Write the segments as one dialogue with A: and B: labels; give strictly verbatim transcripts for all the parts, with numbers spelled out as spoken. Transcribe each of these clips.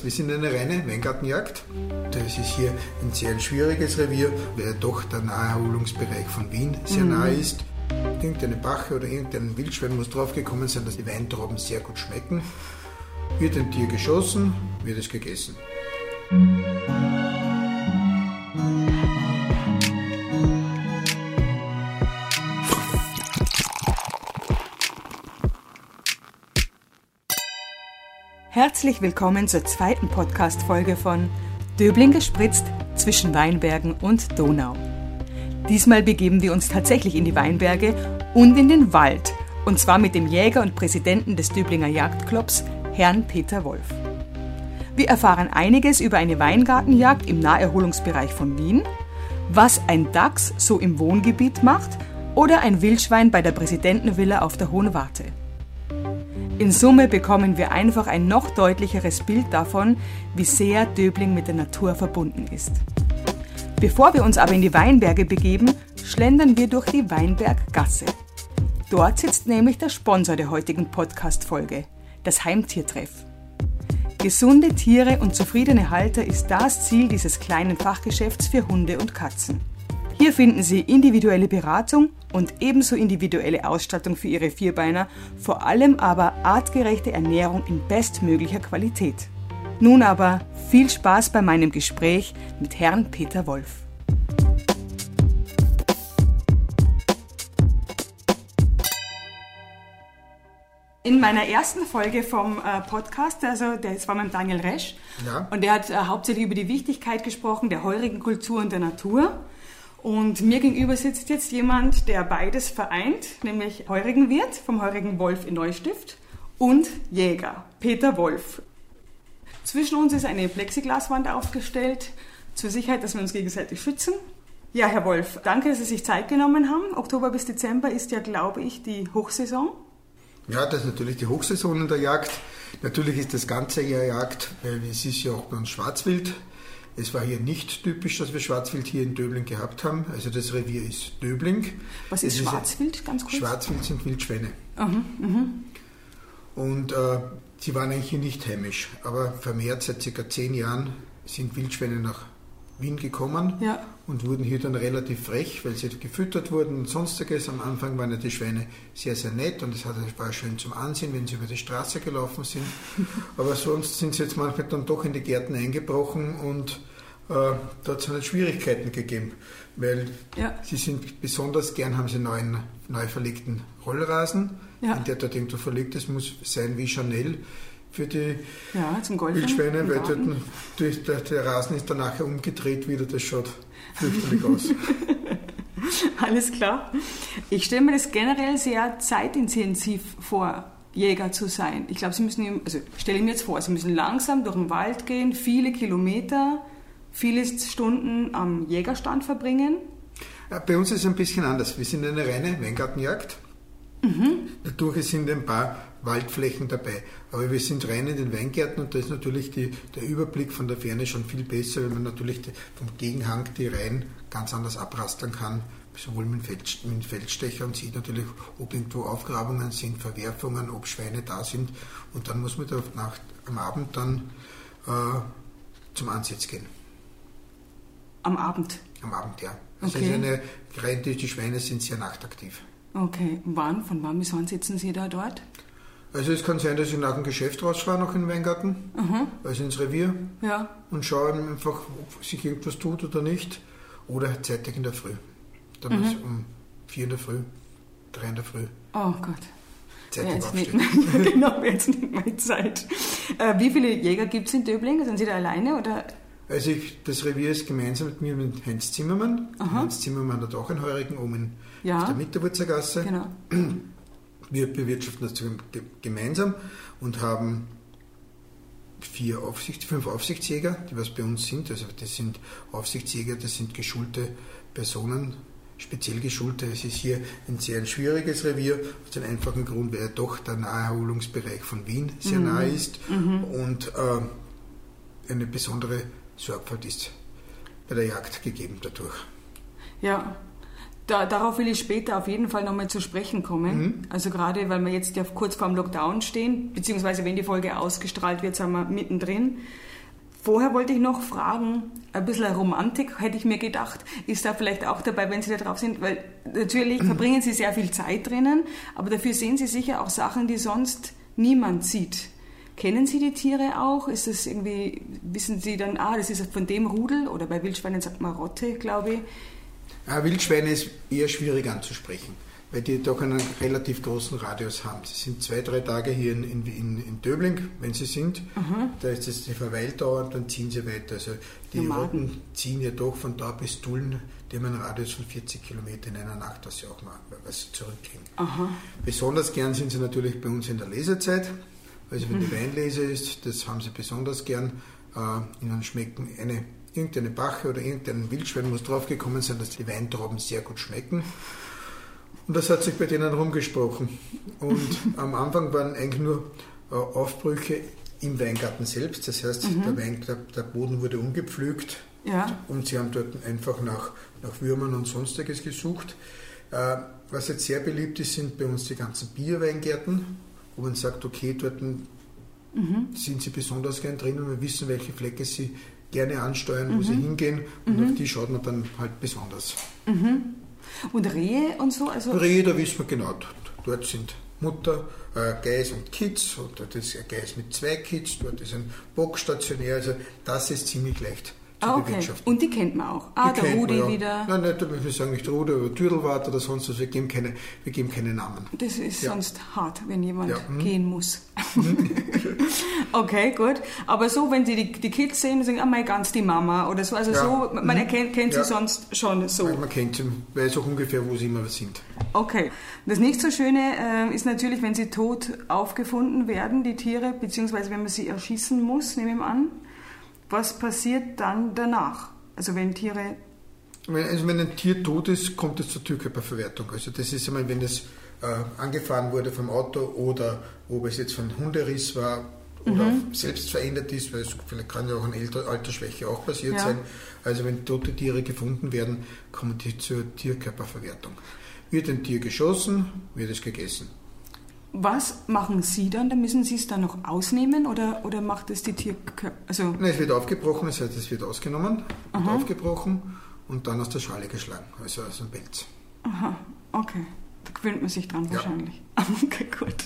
A: Wir sind eine reine Weingartenjagd. Das ist hier ein sehr schwieriges Revier, weil doch der Naherholungsbereich von Wien sehr mhm. nahe ist. Irgendeine Bache oder irgendein Wildschwein muss draufgekommen sein, dass die Weintrauben sehr gut schmecken. Wird ein Tier geschossen, wird es gegessen.
B: Herzlich willkommen zur zweiten Podcast-Folge von Döbling gespritzt zwischen Weinbergen und Donau. Diesmal begeben wir uns tatsächlich in die Weinberge und in den Wald, und zwar mit dem Jäger und Präsidenten des Döblinger Jagdclubs, Herrn Peter Wolf. Wir erfahren einiges über eine Weingartenjagd im Naherholungsbereich von Wien, was ein Dachs so im Wohngebiet macht oder ein Wildschwein bei der Präsidentenvilla auf der Hohen Warte. In Summe bekommen wir einfach ein noch deutlicheres Bild davon, wie sehr Döbling mit der Natur verbunden ist. Bevor wir uns aber in die Weinberge begeben, schlendern wir durch die Weinberggasse. Dort sitzt nämlich der Sponsor der heutigen Podcast-Folge, das Heimtiertreff. Gesunde Tiere und zufriedene Halter ist das Ziel dieses kleinen Fachgeschäfts für Hunde und Katzen. Hier finden Sie individuelle Beratung und ebenso individuelle Ausstattung für Ihre Vierbeiner, vor allem aber artgerechte Ernährung in bestmöglicher Qualität. Nun aber viel Spaß bei meinem Gespräch mit Herrn Peter Wolf. In meiner ersten Folge vom äh, Podcast, also das war mit Daniel Resch, ja. Und der hat äh, hauptsächlich über die Wichtigkeit gesprochen, der heurigen Kultur und der Natur. Und mir gegenüber sitzt jetzt jemand, der beides vereint, nämlich Heurigenwirt vom Heurigen Wolf in Neustift und Jäger, Peter Wolf. Zwischen uns ist eine Plexiglaswand aufgestellt, zur Sicherheit, dass wir uns gegenseitig schützen. Ja, Herr Wolf, danke, dass Sie sich Zeit genommen haben. Oktober bis Dezember ist ja, glaube ich, die Hochsaison.
A: Ja, das ist natürlich die Hochsaison in der Jagd. Natürlich ist das ganze Jahr Jagd, weil es ist ja auch bei uns Schwarzwild. Es war hier nicht typisch, dass wir Schwarzwild hier in Döbling gehabt haben. Also das Revier ist Döbling.
B: Was ist Schwarzwild, ganz kurz?
A: Schwarzwild sind Wildschweine.
B: Mhm, mhm.
A: Und äh, sie waren eigentlich hier nicht heimisch. Aber vermehrt seit ca. zehn Jahren sind Wildschweine nach Wien gekommen, ja. Und wurden hier dann relativ frech, weil sie gefüttert wurden und sonstiges. Am Anfang waren ja die Schweine sehr, sehr nett und es war schön zum Ansehen, wenn sie über die Straße gelaufen sind. Aber sonst sind sie jetzt manchmal dann doch in die Gärten eingebrochen und äh, da hat es halt Schwierigkeiten gegeben, weil ja. sie sind besonders gern, haben sie neuen, neu verlegten Rollrasen, ja. In der dort irgendwo verlegt ist, muss sein wie Chanel für die ja, zum Wildschweine, weil dort, durch, der, der Rasen ist dann nachher umgedreht wieder, das schaut fürchterlich aus.
B: Alles klar. Ich stelle mir das generell sehr zeitintensiv vor, Jäger zu sein. Ich glaube, Sie müssen, also stelle ich mir jetzt vor, Sie müssen langsam durch den Wald gehen, viele Kilometer, viele Stunden am Jägerstand verbringen.
A: Ja, bei uns ist es ein bisschen anders. Wir sind eine reine Weingartenjagd. Mhm. Dadurch sind ein paar Waldflächen dabei. Aber wir sind rein in den Weingärten und da ist natürlich die, der Überblick von der Ferne schon viel besser, weil man natürlich die, vom Gegenhang die Reihen ganz anders abrastern kann, sowohl mit dem, Feld, mit dem Feldstecher und sieht natürlich, ob irgendwo Aufgrabungen sind, Verwerfungen, ob Schweine da sind. Und dann muss man da nach, am Abend dann äh, zum Ansitz gehen.
B: Am Abend?
A: Am Abend, ja. Also okay. eine, rein die, die Schweine sind sehr nachtaktiv.
B: Okay, wann, von wann bis wann sitzen Sie da dort?
A: Also es kann sein, dass ich nach dem Geschäft rausfahre, noch in den Weingarten, mhm. also ins Revier, ja. Und schaue einfach, ob sich irgendwas tut oder nicht. Oder zeitig in der Früh. Dann mhm. ist um vier in der Früh, drei in der Früh.
B: Oh Gott.
A: Zeitig aufstehen.
B: Genau, jetzt nicht meine Zeit. Äh, wie viele Jäger gibt es in Döbling? Sind Sie da alleine? Oder?
A: Also ich, das Revier ist gemeinsam mit mir mit Heinz Zimmermann. Heinz Zimmermann hat auch einen Heurigen oben in, ja. auf der Mitterwurzergasse.
B: Genau.
A: Wir bewirtschaften das gemeinsam und haben vier Aufsichts-, fünf Aufsichtsjäger, die was bei uns sind. Also das sind Aufsichtsjäger, das sind geschulte Personen, speziell geschulte. Es ist hier ein sehr ein schwieriges Revier, aus dem einfachen Grund, weil ja doch der Naherholungsbereich von Wien sehr mhm. nahe ist mhm. und äh, eine besondere Sorgfalt ist bei der Jagd gegeben dadurch.
B: Ja. Da, darauf will ich später auf jeden Fall nochmal zu sprechen kommen. Mhm. Also gerade, weil wir jetzt ja kurz vor dem Lockdown stehen, beziehungsweise wenn die Folge ausgestrahlt wird, sind wir mittendrin. Vorher wollte ich noch fragen, ein bisschen Romantik, hätte ich mir gedacht, ist da vielleicht auch dabei, wenn Sie da drauf sind, weil natürlich verbringen Sie sehr viel Zeit drinnen, aber dafür sehen Sie sicher auch Sachen, die sonst niemand sieht. Kennen Sie die Tiere auch? Ist das irgendwie, wissen Sie dann, ah, das ist von dem Rudel, oder bei Wildschweinen sagt man Rotte, glaube ich.
A: Ja, Wildschweine ist eher schwierig anzusprechen, weil die doch einen relativ großen Radius haben. Sie sind zwei, drei Tage hier in, in, in Döbling, wenn sie sind. Mhm. Da ist es die Verweildauer und dann ziehen sie weiter. Also die
B: Nomaden.
A: Rotten ziehen ja doch von da bis Tulln, die haben einen Radius von vierzig Kilometer in einer Nacht, was sie auch mal was zurückgehen. Aha. Besonders gern sind sie natürlich bei uns in der Lesezeit. Also wenn mhm. die Weinlese ist, das haben sie besonders gern. Äh, ihnen schmecken eine, irgendeine Bache oder irgendein Wildschwein muss draufgekommen sein, dass die Weintrauben sehr gut schmecken. Und das hat sich bei denen rumgesprochen. Und am Anfang waren eigentlich nur äh, Aufbrüche im Weingarten selbst. Das heißt, mhm. der, Wein, der, der Boden wurde umgepflügt ja. und sie haben dort einfach nach, nach Würmern und Sonstiges gesucht. Äh, was jetzt sehr beliebt ist, sind bei uns die ganzen Bierweingärten, wo man sagt, okay, dort mhm. sind sie besonders gern drin und wir wissen, welche Flecke sie gerne ansteuern, mhm. wo sie hingehen und mhm. auf die schaut man dann halt besonders.
B: Mhm. Und Rehe und so? Also
A: Rehe, da wissen wir genau, dort sind Mutter, äh, Geiß und Kitz, und dort ist ein Geiß mit zwei Kitz, dort ist ein Bock stationär, also das ist ziemlich leicht zu
B: ah, okay.
A: bewirtschaften.
B: Und die kennt man auch? Ah, die der Rudi ja. wieder?
A: Nein, nicht, wir sagen nicht Rudi oder Türdelwart oder sonst was, wir geben keine, wir geben keine Namen.
B: Das ist ja. sonst hart, wenn jemand
A: ja. hm.
B: gehen muss. Okay, gut. Aber so, wenn Sie die, die Kids sehen, sagen, ah, mein ganz die Mama oder so, also ja. so, man mhm. erkennt, kennt ja. sie sonst schon so.
A: Man kennt sie, weiß auch ungefähr, wo sie immer sind.
B: Okay. Das nicht so Schöne äh, ist natürlich, wenn sie tot aufgefunden werden, die Tiere, beziehungsweise wenn man sie erschießen muss, nehme ich an. Was passiert dann danach? Also wenn Tiere...
A: Also wenn ein Tier tot ist, kommt es zur Tierkörperverwertung. Also das ist einmal, wenn es äh, angefahren wurde vom Auto oder ob es jetzt von Hunderiss war oder mhm. selbst verändert ist, weil es vielleicht kann ja auch eine Altersschwäche auch passiert ja. sein. Also wenn tote Tiere gefunden werden, kommen die zur Tierkörperverwertung. Wird ein Tier geschossen, wird es gegessen.
B: Was machen Sie dann? Da müssen Sie es dann noch ausnehmen oder, oder macht es die Tierkörper? Also
A: Nein, es wird aufgebrochen, das heißt, es wird ausgenommen, wird aufgebrochen und dann aus der Schale geschlagen, also aus dem Pelz.
B: Aha, okay. Da gewöhnt man sich dran ja. wahrscheinlich. Okay, gut.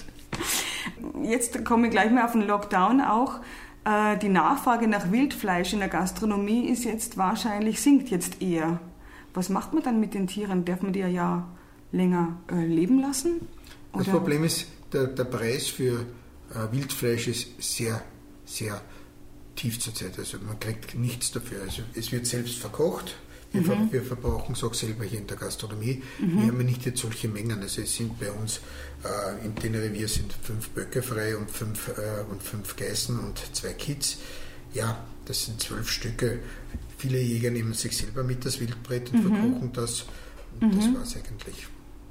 B: Jetzt komme ich gleich mal auf den Lockdown auch. Äh, die Nachfrage nach Wildfleisch in der Gastronomie ist jetzt wahrscheinlich, sinkt jetzt eher. Was macht man dann mit den Tieren? Darf man die ja länger äh, leben lassen? Oder?
A: Das Problem ist, der, der Preis für äh, Wildfleisch ist sehr, sehr tief zurzeit. Also man kriegt nichts dafür. Also es wird selbst verkocht. Wir, mhm. ver, wir verbrauchen es auch selber hier in der Gastronomie. Mhm. Wir haben ja nicht jetzt solche Mengen. Also es sind bei uns äh, in den Revier sind fünf Böcke frei und fünf, äh, und fünf Geißen und zwei Kitz. Ja, das sind zwölf Stücke. Viele Jäger nehmen sich selber mit das Wildbrett und mhm. verkochen das. Und mhm. das war es eigentlich.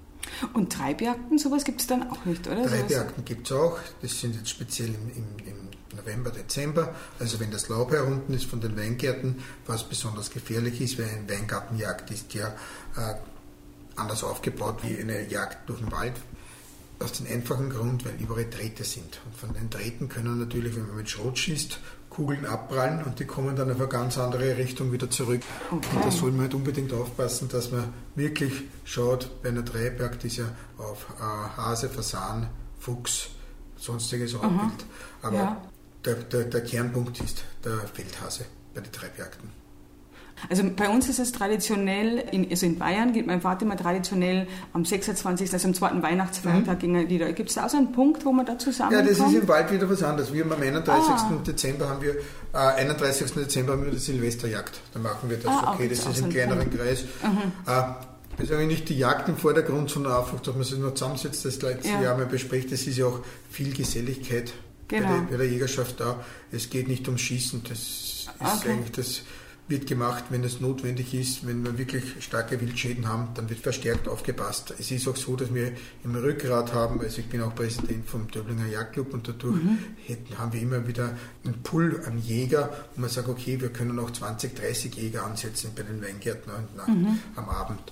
B: Und Treibjagden, sowas gibt es dann auch nicht, oder?
A: Treibjagden gibt es auch. Das sind jetzt speziell im, im, im November, Dezember. Also wenn das Laub herunten ist von den Weingärten, was besonders gefährlich ist, weil eine Weingartenjagd ist ja äh, anders aufgebaut wie eine Jagd durch den Wald. Aus dem einfachen Grund, weil überall Drähte sind. Und von den Drähten können natürlich, wenn man mit Schrot schießt, Kugeln abprallen und die kommen dann auf eine ganz andere Richtung wieder zurück. Okay. Und da soll man halt unbedingt aufpassen, dass man wirklich schaut, bei einer Treibjagd ist ja auf äh, Hase, Fasan, Fuchs, sonstiges auch
B: mhm.
A: Wild. Aber
B: ja.
A: der, der, der Kernpunkt ist der Feldhase bei den Treibjagden.
B: Also bei uns ist es traditionell, in, also in Bayern geht mein Vater immer traditionell am sechsundzwanzigsten, also am zweiten Weihnachtsfeiertag, mhm. Gibt es da auch so einen Punkt, wo man da zusammenkommt?
A: Ja, das ist im Wald wieder was anderes. Wir haben am einunddreißigsten Dezember haben wir, äh, einunddreißigsten Dezember haben wir die Silvesterjagd. Da machen wir das,
B: ah,
A: okay, das ist im kleineren Punkt. Kreis. Mhm. Äh, das ist eigentlich nicht die Jagd im Vordergrund, sondern einfach, dass man sich nur zusammensetzt, das letzte ja. Jahr mal bespricht. Das ist ja auch viel Geselligkeit genau. bei, der, bei der Jägerschaft da. Es geht nicht ums Schießen, das ist okay. eigentlich das... wird gemacht, wenn es notwendig ist, wenn wir wirklich starke Wildschäden haben, dann wird verstärkt aufgepasst. Es ist auch so, dass wir im Rückgrat haben, also ich bin auch Präsident vom Döblinger Jagdclub und dadurch mhm. hätten, haben wir immer wieder einen Pool an Jäger, wo man sagt, okay, wir können auch zwanzig, dreißig Jäger ansetzen bei den Weingärten und nach, mhm. am Abend.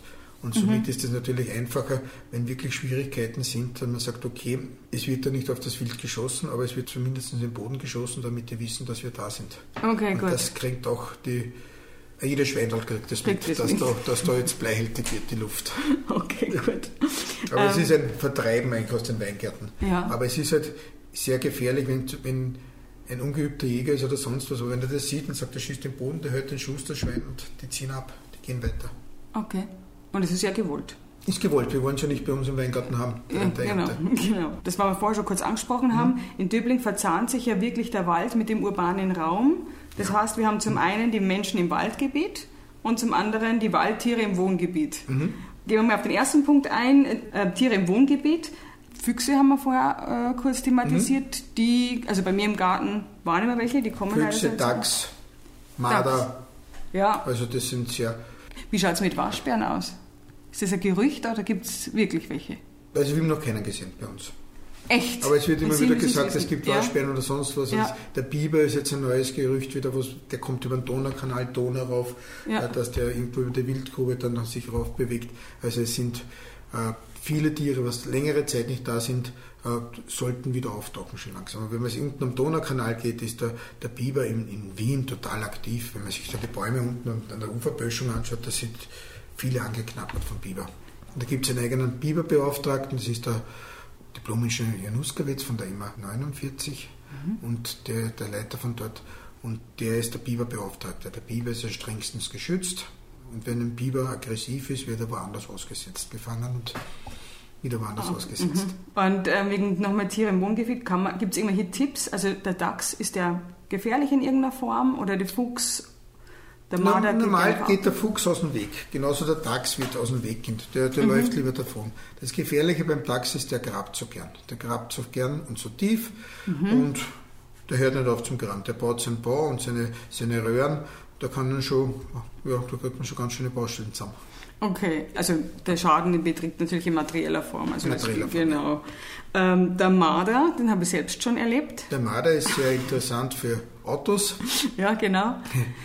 A: Und somit mhm. ist es natürlich einfacher, wenn wirklich Schwierigkeiten sind, dann man sagt, okay, es wird da nicht auf das Wild geschossen, aber es wird zumindest in den Boden geschossen, damit die wissen, dass wir da sind.
B: Okay,
A: und
B: gut.
A: Das kriegt auch die, jeder Schweindel kriegt das
B: kriegt
A: mit,
B: das
A: dass,
B: mit.
A: Da, dass da jetzt bleihältig wird, die Luft.
B: Okay, gut.
A: Aber ähm, es ist ein Vertreiben eigentlich aus den Weingärten.
B: Ja.
A: Aber es ist halt sehr gefährlich, wenn, wenn ein ungeübter Jäger ist oder sonst was, aber wenn er das sieht und sagt, er schießt den Boden, der hört den Schuss, das Schwein und die ziehen ab, die gehen weiter.
B: Okay. Und es ist ja gewollt.
A: Ist gewollt, wir wollen es ja nicht bei uns im Weingarten haben.
B: Ja, genau, genau. Das, was wir vorher schon kurz angesprochen mhm. haben, in Döbling verzahnt sich ja wirklich der Wald mit dem urbanen Raum. Das ja. heißt, wir haben zum einen die Menschen im Waldgebiet und zum anderen die Waldtiere im Wohngebiet. Mhm. Gehen wir mal auf den ersten Punkt ein, äh, Tiere im Wohngebiet. Füchse haben wir vorher äh, kurz thematisiert, mhm. die, also bei mir im Garten waren immer welche, die kommen halt.
A: Füchse, Dachs, Marder,
B: ja.
A: Also das sind sehr...
B: Wie schaut es mit Waschbären aus? Ist das ein Gerücht oder gibt es wirklich welche?
A: Also wir haben noch keinen gesehen bei uns.
B: Echt?
A: Aber es wird immer wieder gesagt, es gibt
B: ja.
A: Waschbären oder sonst was. Ja. Der Biber ist jetzt ein neues Gerücht wieder, was, der kommt über den Donaukanal, Donau rauf, ja. dass der irgendwo über die Wildgrube dann sich rauf bewegt. Also es sind äh, viele Tiere, was längere Zeit nicht da sind, äh, sollten wieder auftauchen schon langsam. Aber wenn man sich unten am Donaukanal geht, ist der, der Biber in, in Wien total aktiv. Wenn man sich da die Bäume unten an der Uferböschung anschaut, da sind viele angeknabbert vom Biber. Und da gibt es einen eigenen Biberbeauftragten, das ist der Diplom-Ingenieur Januskowitz von der E M A neunundvierzig mhm. und der, der Leiter von dort. Und der ist der Biberbeauftragte. Der Biber ist ja strengstens geschützt. Und wenn ein Biber aggressiv ist, wird er woanders ausgesetzt, gefangen und wieder woanders oh, ausgesetzt.
B: Mhm. Und äh, wegen nochmal Tiere im Wohngebiet, gibt es irgendwelche Tipps? Also der Dachs, ist der gefährlich in irgendeiner Form oder der Fuchs? Der
A: Na, normal geht der Fuchs aus dem Weg, genauso der Dachs wird aus dem Weg gehen, der, der mhm. läuft lieber davon. Das Gefährliche beim Dachs ist, der grabt so gern. Der grabt so gern und so tief mhm. und der hört nicht auf zum Graben. Der baut seinen Bau und seine, seine Röhren, da kann man schon, ja, da kriegt man schon ganz schöne Baustellen zusammen.
B: Okay, also der Schaden den beträgt natürlich in materieller Form. Also
A: materieller
B: Form. Genau. Ähm, der Marder, den habe ich selbst schon erlebt.
A: Der Marder ist sehr interessant für Autos.
B: Ja, genau.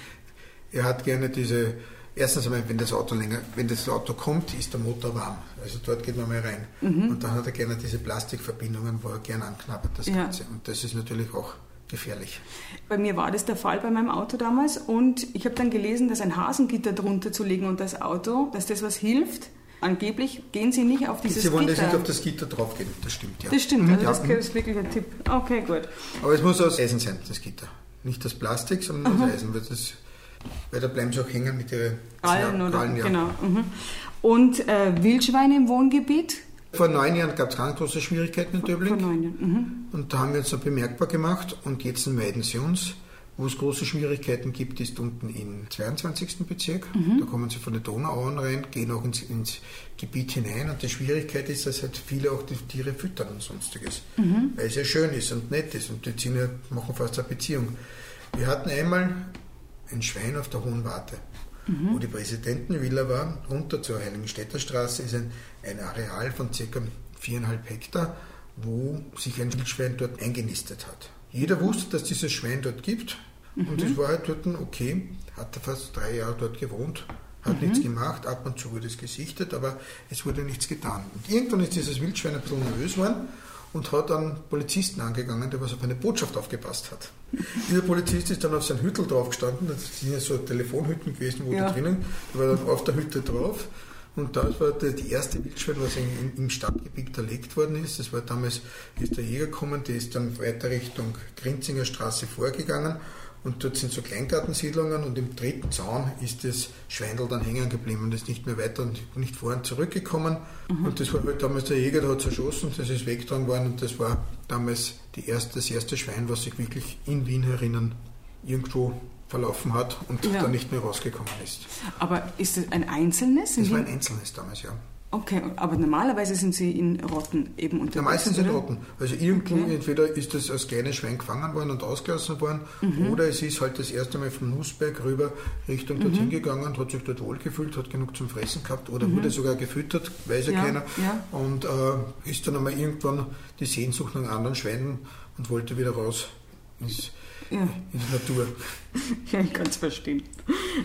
A: Er hat gerne diese, erstens einmal, wenn das Auto länger, wenn das Auto kommt, ist der Motor warm. Also dort geht man mal rein. Mhm. Und dann hat er gerne diese Plastikverbindungen, wo er gerne anknabbert, das ja. Ganze. Und das ist natürlich auch gefährlich. Bei
B: mir war das der Fall bei meinem Auto damals und ich habe dann gelesen, dass ein Hasengitter drunter zu legen unter das Auto, dass das was hilft. Angeblich gehen Sie nicht auf dieses Gitter.
A: Sie wollen Gitter. Nicht auf das Gitter draufgehen, das stimmt, ja.
B: Das stimmt, also
A: ja.
B: das ist wirklich ein Tipp. Okay, gut.
A: Aber es muss aus Eisen sein, das Gitter. Nicht das Plastik, sondern Aha. aus Eisen, weil das... Weil da bleiben sie auch hängen mit ihren
B: Krallen, oder? Ja. Genau. Mhm. Und äh, Wildschweine im Wohngebiet?
A: Vor neun Jahren gab es ganz große Schwierigkeiten in Döbling.
B: Vor neun Jahren. Mhm.
A: Und da haben wir uns dann bemerkbar gemacht und jetzt meiden sie uns. Wo es große Schwierigkeiten gibt, ist unten im zweiundzwanzigsten Bezirk. Mhm. Da kommen sie von den Donauauen rein, gehen auch ins, ins Gebiet hinein. Und die Schwierigkeit ist, dass halt viele auch die Tiere füttern und sonstiges. Mhm. Weil es ja schön ist und nett ist und die ziehen ja, machen fast eine Beziehung. Wir hatten einmal ein Schwein auf der Hohen Warte, mhm. wo die Präsidentenvilla war. Runter zur Heiligenstädter Straße ist ein, ein Areal von ca. viereinhalb Hektar, wo sich ein Wildschwein dort eingenistet hat. Jeder wusste, dass dieses Schwein dort gibt mhm. und es war halt dort okay, hat er fast drei Jahre dort gewohnt, hat mhm. nichts gemacht, ab und zu wurde es gesichtet, aber es wurde nichts getan. Und irgendwann ist dieses Wildschwein ein bisschen nervös geworden und hat einen Polizisten angegangen, der was auf eine Botschaft aufgepasst hat. Dieser Polizist ist dann auf sein Hüttel drauf gestanden, das sind ja so Telefonhütten gewesen, wo ja. da drinnen, der war dann auf der Hütte drauf und das war die erste Wildschwein, was in, im Stadtgebiet erlegt worden ist. Das war damals, ist der Jäger gekommen, der ist dann weiter Richtung Grinzinger Straße vorgegangen und dort sind so Kleingartensiedlungen und im dritten Zaun ist das Schweindel dann hängen geblieben und ist nicht mehr weiter und nicht vor und zurückgekommen. Mhm. Und das war halt damals der Jäger, der hat es erschossen, das ist weggetragen worden und das war damals die erste, das erste Schwein, was sich wirklich in Wien herinnen irgendwo verlaufen hat und ja. dann nicht mehr rausgekommen ist.
B: Aber ist das ein einzelnes?
A: Das war ein einzelnes damals, ja.
B: Okay, aber normalerweise sind sie in Rotten eben unterwegs,
A: Normal sind sie in Rotten. Also irgendwo, okay. entweder ist das als kleines Schwein gefangen worden und ausgelassen worden, mhm. oder es ist halt das erste Mal vom Nussberg rüber Richtung mhm. dorthin gegangen, hat sich dort wohlgefühlt, hat genug zum Fressen gehabt oder mhm. wurde sogar gefüttert, weiß ja, ja keiner. Ja. Und äh, ist dann einmal irgendwann die Sehnsucht nach anderen Schweinen und wollte wieder raus ins, ja. in die Natur.
B: Ja, ich kann es verstehen.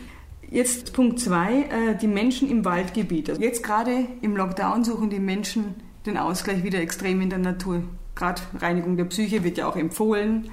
B: Jetzt Punkt zwei, äh, die Menschen im Waldgebiet. Also jetzt gerade im Lockdown suchen die Menschen den Ausgleich wieder extrem in der Natur. Gerade Reinigung der Psyche wird ja auch empfohlen.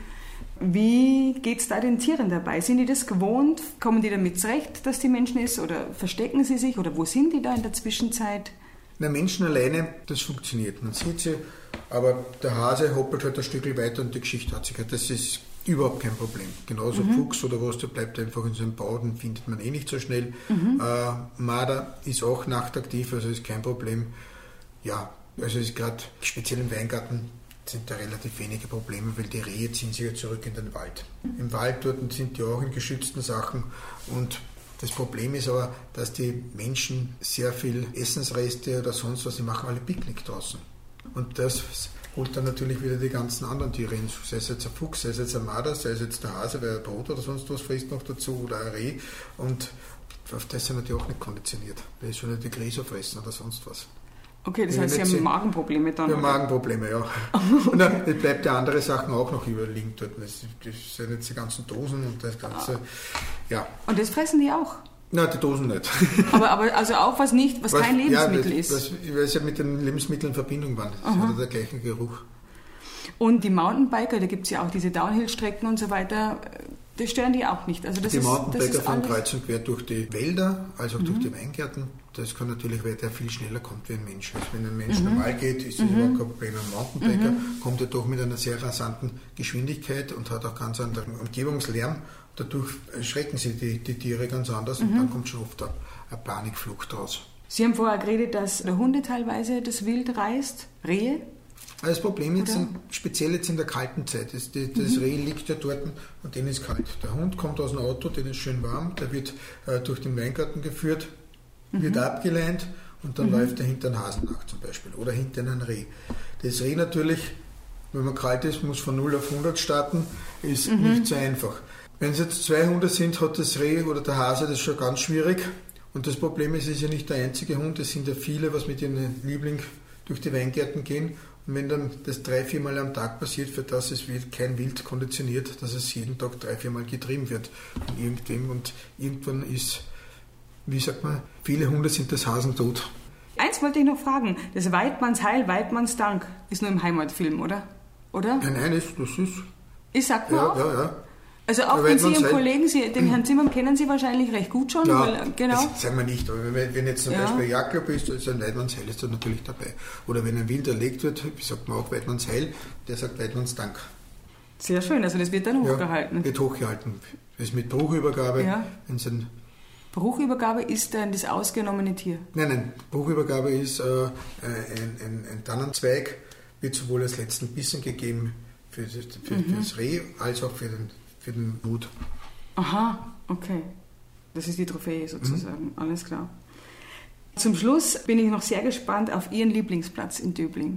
B: Wie geht es da den Tieren dabei? Sind die das gewohnt? Kommen die damit zurecht, dass die Menschen ist? Oder verstecken sie sich? Oder wo sind die da in der Zwischenzeit?
A: Na, Menschen alleine, das funktioniert. Man sieht sie, aber der Hase hoppelt halt ein Stückchen weiter und die Geschichte hat sich halt. Das ist überhaupt kein Problem. Genauso mhm. Fuchs oder was, der bleibt einfach in seinem Bau, den findet man eh nicht so schnell. Mhm. Äh, Marder ist auch nachtaktiv, also ist kein Problem. Ja, also ist gerade speziell im Weingarten sind da relativ wenige Probleme, weil die Rehe ziehen sich ja zurück in den Wald. Im Wald dort sind die auch in geschützten Sachen und das Problem ist aber, dass die Menschen sehr viel Essensreste oder sonst was, die machen alle Picknick draußen. Und das holt dann natürlich wieder die ganzen anderen Tiere hin, sei es jetzt ein Fuchs, sei es jetzt ein Marder, sei es jetzt der Hase, weil er Brot oder sonst was frisst noch dazu oder ein Reh und auf das sind die auch nicht konditioniert, weil sie schon nicht die Gräser fressen oder sonst was.
B: Okay, das heißt, Sie haben Magenprobleme dann?
A: Ja, Magenprobleme, ja. Und dann bleibt ja andere Sachen auch noch überliegen dort. Das, das sind jetzt die ganzen Dosen und das Ganze, ja.
B: Und das fressen die auch?
A: Nein, die Dosen nicht.
B: Aber, aber also auch was nicht, was, was kein Lebensmittel
A: ja, das,
B: ist?
A: Das, weil es ja mit den Lebensmitteln in Verbindung waren. Das hat ja der gleiche Geruch.
B: Und die Mountainbiker, da gibt es ja auch diese Downhill-Strecken und so weiter, das stören die auch nicht. Also das
A: die
B: ist,
A: Mountainbiker
B: das ist
A: fahren kreuz und quer durch die Wälder, also auch mhm. durch die Weingärten. Das kann natürlich, weil der viel schneller kommt wie ein Mensch. Also wenn ein Mensch mhm. normal geht, ist das mhm. überhaupt kein Problem. Ein Mountainbiker mhm. kommt ja doch mit einer sehr rasanten Geschwindigkeit und hat auch ganz anderen Umgebungslärm. Dadurch schrecken sie die, die Tiere ganz anders mhm. und dann kommt schon oft eine, eine Panikflucht raus.
B: Sie haben vorher geredet, dass der Hunde teilweise das Wild reißt, Rehe?
A: Das Problem ist speziell jetzt in der kalten Zeit. Das, das mhm. Reh liegt ja dort und denen ist kalt. Der Hund kommt aus dem Auto, denen ist schön warm, der wird äh, durch den Weingarten geführt, mhm. wird abgeleint und dann mhm. läuft er hinter einen Hasen nach zum Beispiel oder hinter einen Reh. Das Reh natürlich, wenn man kalt ist, muss von null auf hundert starten, ist mhm. nicht so einfach. Wenn es jetzt zwei Hunde sind, hat das Reh oder der Hase das schon ganz schwierig. Und das Problem ist, es ist ja nicht der einzige Hund, es sind ja viele, was mit ihrem Liebling durch die Weingärten gehen. Und wenn dann das drei, viermal am Tag passiert, für das ist kein Wild konditioniert, dass es jeden Tag drei, viermal getrieben wird von irgendwem. Und irgendwann ist, wie sagt man, viele Hunde sind des Hasen tot.
B: Eins wollte ich noch fragen, das Weidmanns Heil, Weidmanns Dank ist nur im Heimatfilm, oder? Oder?
A: Ja, nein, das ist...
B: Ich sag mal
A: ja,
B: auch?
A: Ja, ja.
B: Also auch wenn Sie Ihren Kollegen, Sie, den Herrn Zimmermann kennen Sie wahrscheinlich recht gut schon.
A: Ja,
B: weil, genau.
A: Das sagen wir nicht, aber wenn, wenn jetzt zum ja. Beispiel Jagdclub ist, ist ein Weidmannsheil ist da natürlich dabei. Oder wenn ein Wild erlegt wird, sagt man auch Weidmannsheil, der sagt Weidmanns Dank.
B: Sehr schön, also das wird dann hochgehalten.
A: Ja, wird hochgehalten. Das ist mit Bruchübergabe.
B: Ja.
A: Ein
B: Bruchübergabe ist dann das ausgenommene Tier?
A: Nein, nein, Bruchübergabe ist äh, ein, ein, ein Tannenzweig, wird sowohl als letzten Bissen gegeben für das, für, mhm. für das Reh als auch für den für den Hut.
B: Aha, okay. Das ist die Trophäe sozusagen, mhm. alles klar. Zum Schluss bin ich noch sehr gespannt auf Ihren Lieblingsplatz in Döbling.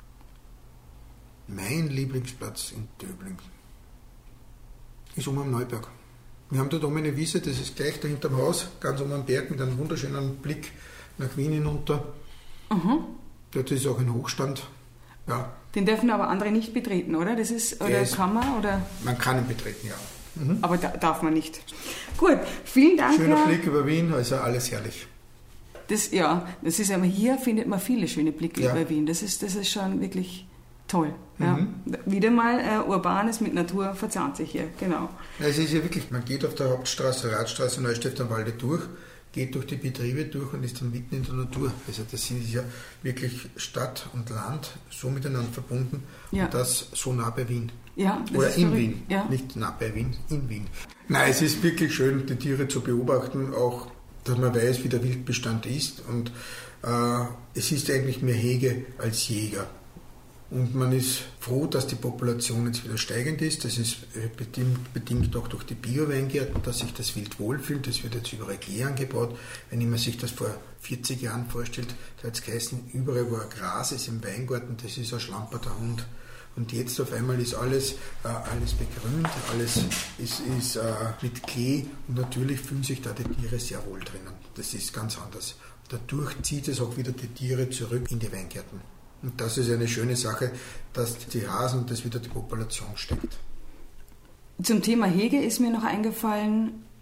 A: Mein Lieblingsplatz in Döbling ist oben am Neuberg. Wir haben dort oben eine Wiese, das ist gleich da hinterm Haus, ganz oben am Berg mit einem wunderschönen Blick nach Wien hinunter. Mhm. Dort ist auch ein Hochstand. Ja.
B: Den dürfen aber andere nicht betreten, oder? Das ist, oder ist, kann man? Oder?
A: Man kann ihn betreten, ja.
B: Mhm. Aber da, darf man nicht. Gut, vielen Dank.
A: Schöner
B: Herr.
A: Blick über Wien, also alles herrlich.
B: Das, ja, das ist aber hier findet man viele schöne Blicke
A: ja.
B: über Wien. Das ist, das ist schon wirklich toll. Ja. Mhm. Wieder mal äh, Urbanes mit Natur verzahnt sich hier, genau.
A: Ja, es ist ja wirklich, man geht auf der Hauptstraße, Radstraße Neustadt am Walde durch, geht durch die Betriebe durch und ist dann mitten in der Natur. Also das ist ja wirklich Stadt und Land so miteinander verbunden ja. und das so nah bei Wien.
B: Ja, das
A: Oder
B: ist
A: in
B: verrückt.
A: Wien,
B: ja.
A: nicht nah bei Wien, in Wien. Nein, es ist wirklich schön, die Tiere zu beobachten, auch dass man weiß, wie der Wildbestand ist und äh, es ist eigentlich mehr Hege als Jäger. Und man ist froh, dass die Population jetzt wieder steigend ist. Das ist bedingt, bedingt auch durch die Bio-Weingärten, dass sich das Wild wohlfühlt. Das wird jetzt überall Klee angebaut. Wenn man sich das vor vierzig Jahren vorstellt, da hat es geheißen, überall wo ein Gras ist im Weingarten, das ist ein schlamperter Hund. Und jetzt auf einmal ist alles, äh, alles begrünt, alles ist, ist äh, mit Klee und natürlich fühlen sich da die Tiere sehr wohl drinnen. Das ist ganz anders. Dadurch zieht es auch wieder die Tiere zurück in die Weingärten. Und das ist eine schöne Sache, dass die Hasen, dass wieder die Population steigt.
B: Zum Thema Hege ist mir noch eingefallen,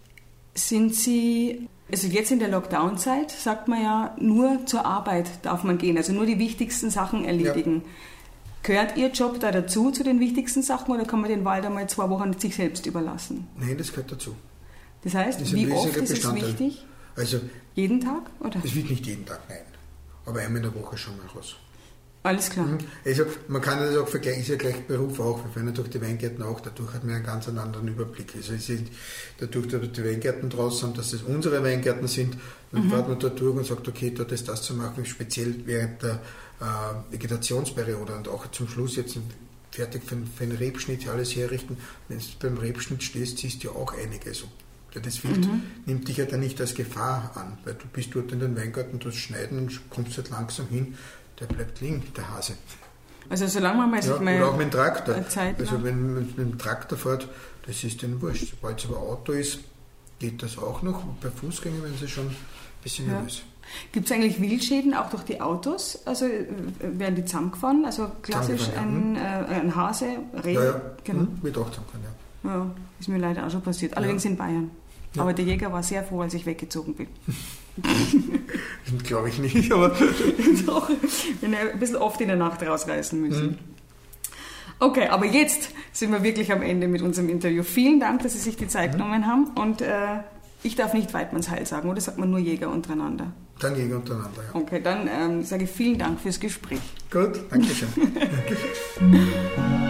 B: Sind Sie, also jetzt in der Lockdown-Zeit, sagt man ja, nur zur Arbeit darf man gehen, also nur die wichtigsten Sachen erledigen. Ja. Gehört Ihr Job da dazu, zu den wichtigsten Sachen, oder kann man den Wald einmal zwei Wochen sich selbst überlassen?
A: Nein, das gehört dazu.
B: Das heißt, das wie oft ist es wichtig?
A: Also,
B: jeden Tag? Oder?
A: Es wird nicht jeden Tag, nein. Aber einmal in der Woche schon mal raus.
B: Alles klar.
A: Also man kann das auch vergleichen, ist ja gleich Beruf auch, wir fahren ja durch die Weingärten auch, dadurch hat man einen ganz anderen Überblick. Also es ist dadurch, dass die Weingärten draußen haben, dass es unsere Weingärten sind, dann mhm. fährt man da durch und sagt, okay, dort ist das zu machen, speziell während der äh, Vegetationsperiode und auch zum Schluss jetzt fertig für, für einen Rebschnitt alles herrichten. Wenn du beim Rebschnitt stehst, siehst du ja auch einiges. Das Wild mhm. nimmt dich ja dann nicht als Gefahr an, weil du bist dort in den Weingarten, du schneiden und kommst halt langsam hin, der bleibt liegen, der Hase.
B: Also solange man mal sich
A: ja,
B: mal
A: oder auch mit dem Traktor.
B: Zeit
A: also lang. Wenn man mit dem Traktor fährt, das ist denen wurscht. Sobald es aber Auto ist, geht das auch noch. Und bei Fußgängern werden sie schon ein bisschen
B: ja.
A: nervös.
B: Gibt es eigentlich Wildschäden auch durch die Autos? Also werden die zusammengefahren? Also klassisch ein, ja. äh, ein Hase, Reh?
A: Ja, ja.
B: Genau.
A: Mhm. Wird auch zusammengefahren, ja.
B: Ja, ist mir leider auch schon passiert. Allerdings ja. in Bayern. Ja. Aber der Jäger war sehr froh, als ich weggezogen bin.
A: Glaube ich nicht, aber
B: doch, wenn er ein bisschen oft in der Nacht rausreißen müssen. Mhm. Okay, aber jetzt sind wir wirklich am Ende mit unserem Interview. Vielen Dank, dass Sie sich die Zeit mhm. genommen haben. Und äh, ich darf nicht Weidmannsheil sagen, oder sagt man nur Jäger untereinander?
A: Dann Jäger untereinander, ja.
B: Okay, dann ähm, sage ich vielen Dank fürs Gespräch.
A: Gut, danke schön.